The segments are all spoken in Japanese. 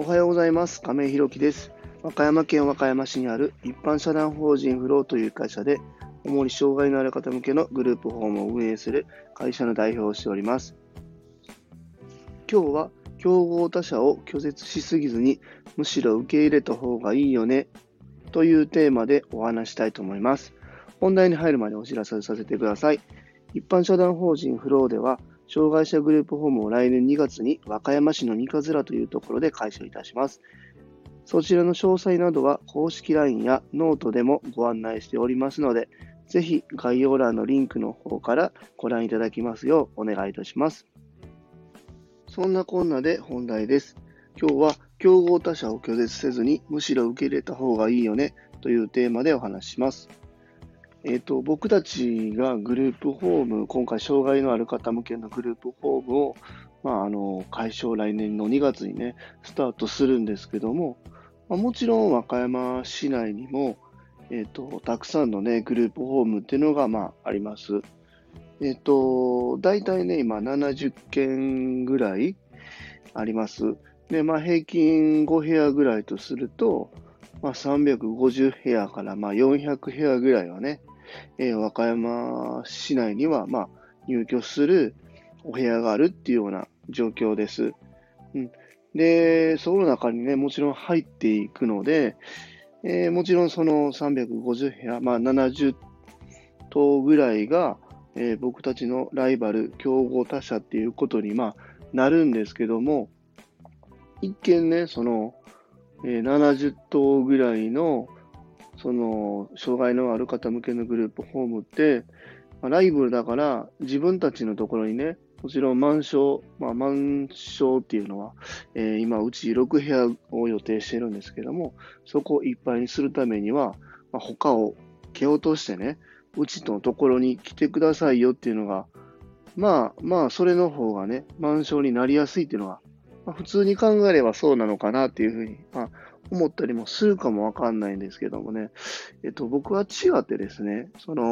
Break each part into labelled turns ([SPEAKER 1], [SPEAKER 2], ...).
[SPEAKER 1] おはようございます。亀井弘樹です。和歌山県和歌山市にある一般社団法人フローという会社で、主に障害のある方向けのグループホームを運営する会社の代表をしております。今日は、競合他社を拒絶しすぎずに、むしろ受け入れた方がいいよね、というテーマでお話したいと思います。本題に入る前にお知らせさせてください。一般社団法人フローでは、障害者グループホームを来年2月に和歌山市の三日面というところで開所いたします。そちらの詳細などは公式 LINE やノートでもご案内しておりますので、ぜひ概要欄のリンクの方からご覧いただきますようお願いいたします。そんなこんなで本題です。今日は競合他社を拒絶せずにむしろ受け入れた方がいいよねというテーマでお話しします。僕たちがグループホーム、今回障害のある方向けのグループホームを、開所来年の2月にね、スタートするんですけども、もちろん和歌山市内にも、たくさんのね、グループホームっていうのが、あります。大体ね、今70件ぐらいあります。で、平均5部屋ぐらいとすると、350部屋から400部屋ぐらいはね、和歌山市内には、入居するお部屋があるっていうような状況です。で、その中にね、もちろん入っていくので、もちろんその350部屋、70棟ぐらいが、僕たちのライバル、競合他社っていうことに、なるんですけども、一見ね、70棟ぐらいの障害のある方向けのグループホームって、ライバルだから自分たちのところにね、もちろん満床、満床っていうのは、今うち6部屋を予定してるんですけども、そこをいっぱいにするためには、他を蹴落としてね、うちのところに来てくださいよっていうのが、それの方がね、満床になりやすいっていうのは、普通に考えればそうなのかなっていうふうに、思ったりもするかもわかんないんですけどもね、僕は違ってですね、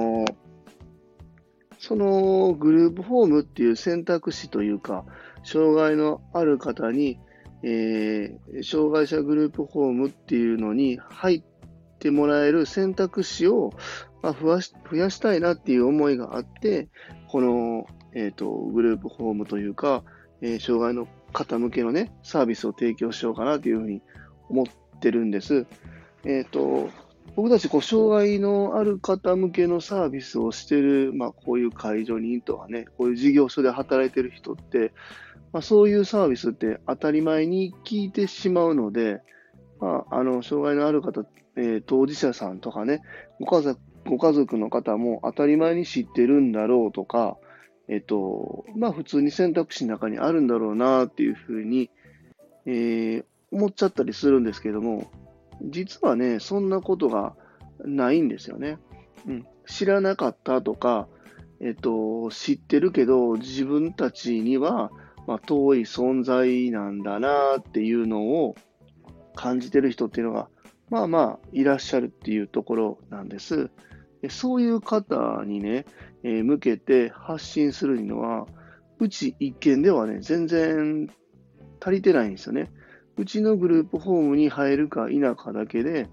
[SPEAKER 1] そのグループホームっていう選択肢というか、障害のある方に、障害者グループホームっていうのに入ってもらえる選択肢を、増やしたいなっていう思いがあって、この、グループホームというか、障害の方向けのね、サービスを提供しようかなというふうに思ってるんです。僕たち障害のある方向けのサービスをしている、こういう介助人とかね、こういう事業所で働いている人って、そういうサービスって当たり前に聞いてしまうので、障害のある方、当事者さんとかね、ご家族の方も当たり前に知ってるんだろうとか、普通に選択肢の中にあるんだろうなっていうふうに、思っちゃったりするんですけども、実はね、そんなことがないんですよね。知らなかったとか、知ってるけど、自分たちには、遠い存在なんだなっていうのを感じてる人っていうのが、いらっしゃるっていうところなんです。そういう方にね、向けて発信するのは、うち一件ではね、全然足りてないんですよね。うちのグループホームに入るか否かだけで、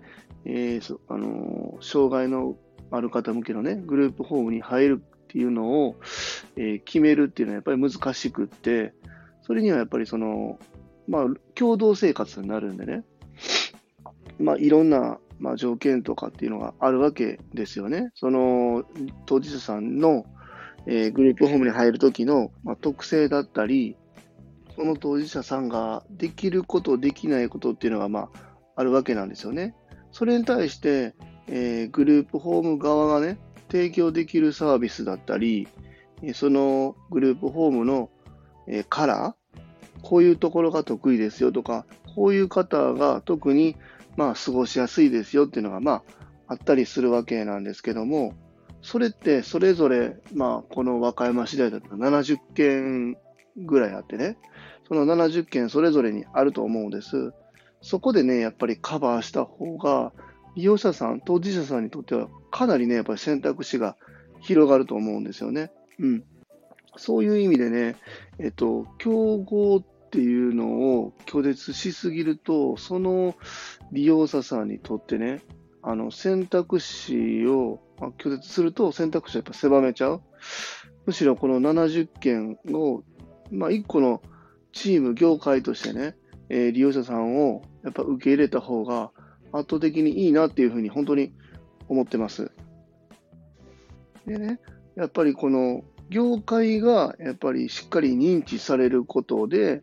[SPEAKER 1] 障害のある方向けのね、グループホームに入るっていうのを、決めるっていうのはやっぱり難しくって、それにはやっぱり共同生活になるんでね、いろんな、条件とかっていうのがあるわけですよね。当事者さんの、グループホームに入るときの、特性だったり、その当事者さんができること、できないことっていうのが、あるわけなんですよね。それに対して、グループホーム側がね、提供できるサービスだったり、そのグループホームの、カラー、こういうところが得意ですよとか、こういう方が特に、過ごしやすいですよっていうのが、あったりするわけなんですけども、それってそれぞれ、この和歌山市内だったら70件ぐらいあってね、その70件それぞれにあると思うんです。そこでね、やっぱりカバーした方が、利用者さん、当事者さんにとってはかなりね、やっぱり選択肢が広がると思うんですよね。そういう意味でね、競合っっていうのを拒絶しすぎると、その利用者さんにとってね、選択肢を拒絶すると選択肢をやっぱ狭めちゃう。むしろこの70件を、一個のチーム、業界としてね、利用者さんをやっぱ受け入れた方が圧倒的にいいなっていうふうに本当に思ってます。でね、やっぱりこの業界がやっぱりしっかり認知されることで、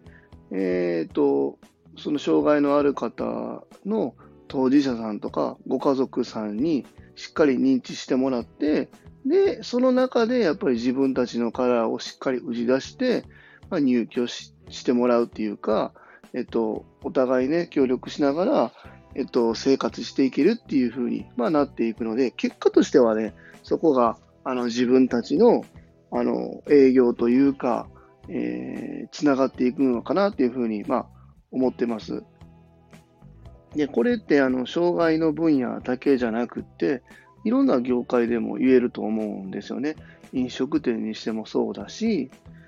[SPEAKER 1] その障害のある方の当事者さんとかご家族さんにしっかり認知してもらって、で、その中でやっぱり自分たちのカラーをしっかり打ち出して、入居してもらうっていうか、お互いね、協力しながら、生活していけるっていう風に、なっていくので、結果としてはね、そこが、自分たちの、営業というか、つながっていくのかなっていう風に、思ってます。で、これって、障害の分野だけじゃなくって、いろんな業界でも言えると思うんですよね。飲食店にしてもそうだし、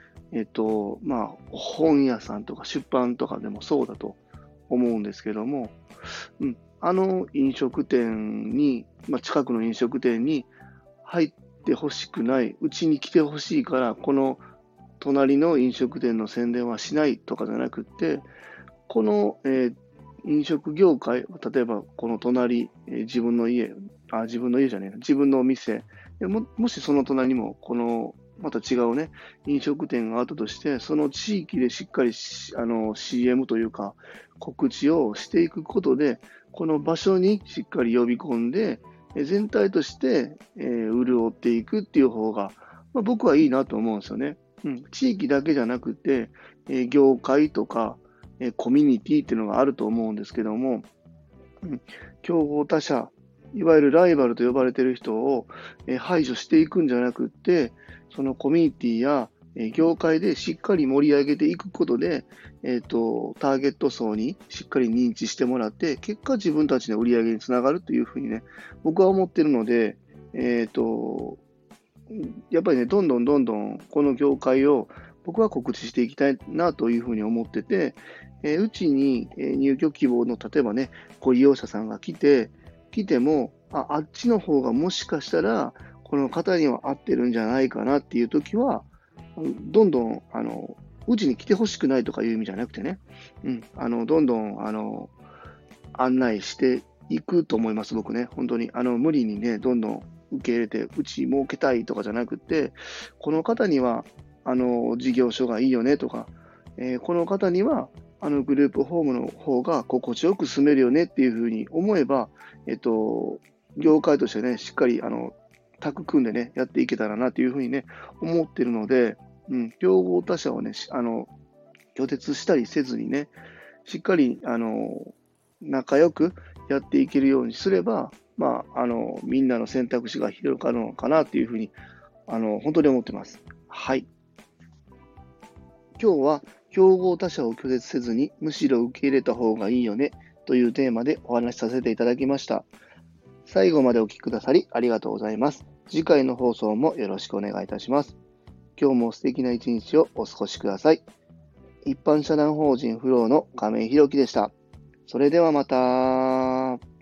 [SPEAKER 1] 本屋さんとか出版とかでもそうだと思うんですけども、飲食店に、近くの飲食店に入ってほしくない、うちに来てほしいから、この隣の飲食店の宣伝はしないとかじゃなくって、この、飲食業界、例えばこの隣、自分の家じゃねえな、自分のお店、もしその隣にも、また違うね、飲食店があったとして、その地域でしっかりCM というか、告知をしていくことで、この場所にしっかり呼び込んで、全体として、潤っていくっていう方が、僕はいいなと思うんですよね。地域だけじゃなくて、業界とか、コミュニティっていうのがあると思うんですけども、競合他社、いわゆるライバルと呼ばれている人を排除していくんじゃなくって、そのコミュニティや業界でしっかり盛り上げていくことで、ターゲット層にしっかり認知してもらって、結果自分たちの売り上げにつながるというふうにね、僕は思ってるので、やっぱりね、どんどんこの業界を僕は告知していきたいなというふうに思ってて、うちに入居希望の例えばね、ご利用者さんが来ても、あっちの方がもしかしたら、この方には合ってるんじゃないかなっていうときは、どんどん、うちに来てほしくないとかいう意味じゃなくてね、どんどん、案内していくと思います、僕ね。本当に。無理にね、どんどん受け入れて、うち儲けたいとかじゃなくて、この方には、事業所がいいよねとか、この方には、グループホームの方が心地よく住めるよねっていうふうに思えば、業界としてね、しっかり、タッグ組んでね、やっていけたらなというふうにね、思ってるので、競合他社をね、拒絶したりせずにね、しっかり、仲良くやっていけるようにすれば、みんなの選択肢が広がるのかなっていうふうに、本当に思ってます。はい。今日は、競合他社を拒絶せずに、むしろ受け入れた方がいいよね、というテーマでお話しさせていただきました。最後までお聞きくださりありがとうございます。次回の放送もよろしくお願いいたします。今日も素敵な一日をお過ごしください。一般社団法人フローの亀井宏樹でした。それではまた。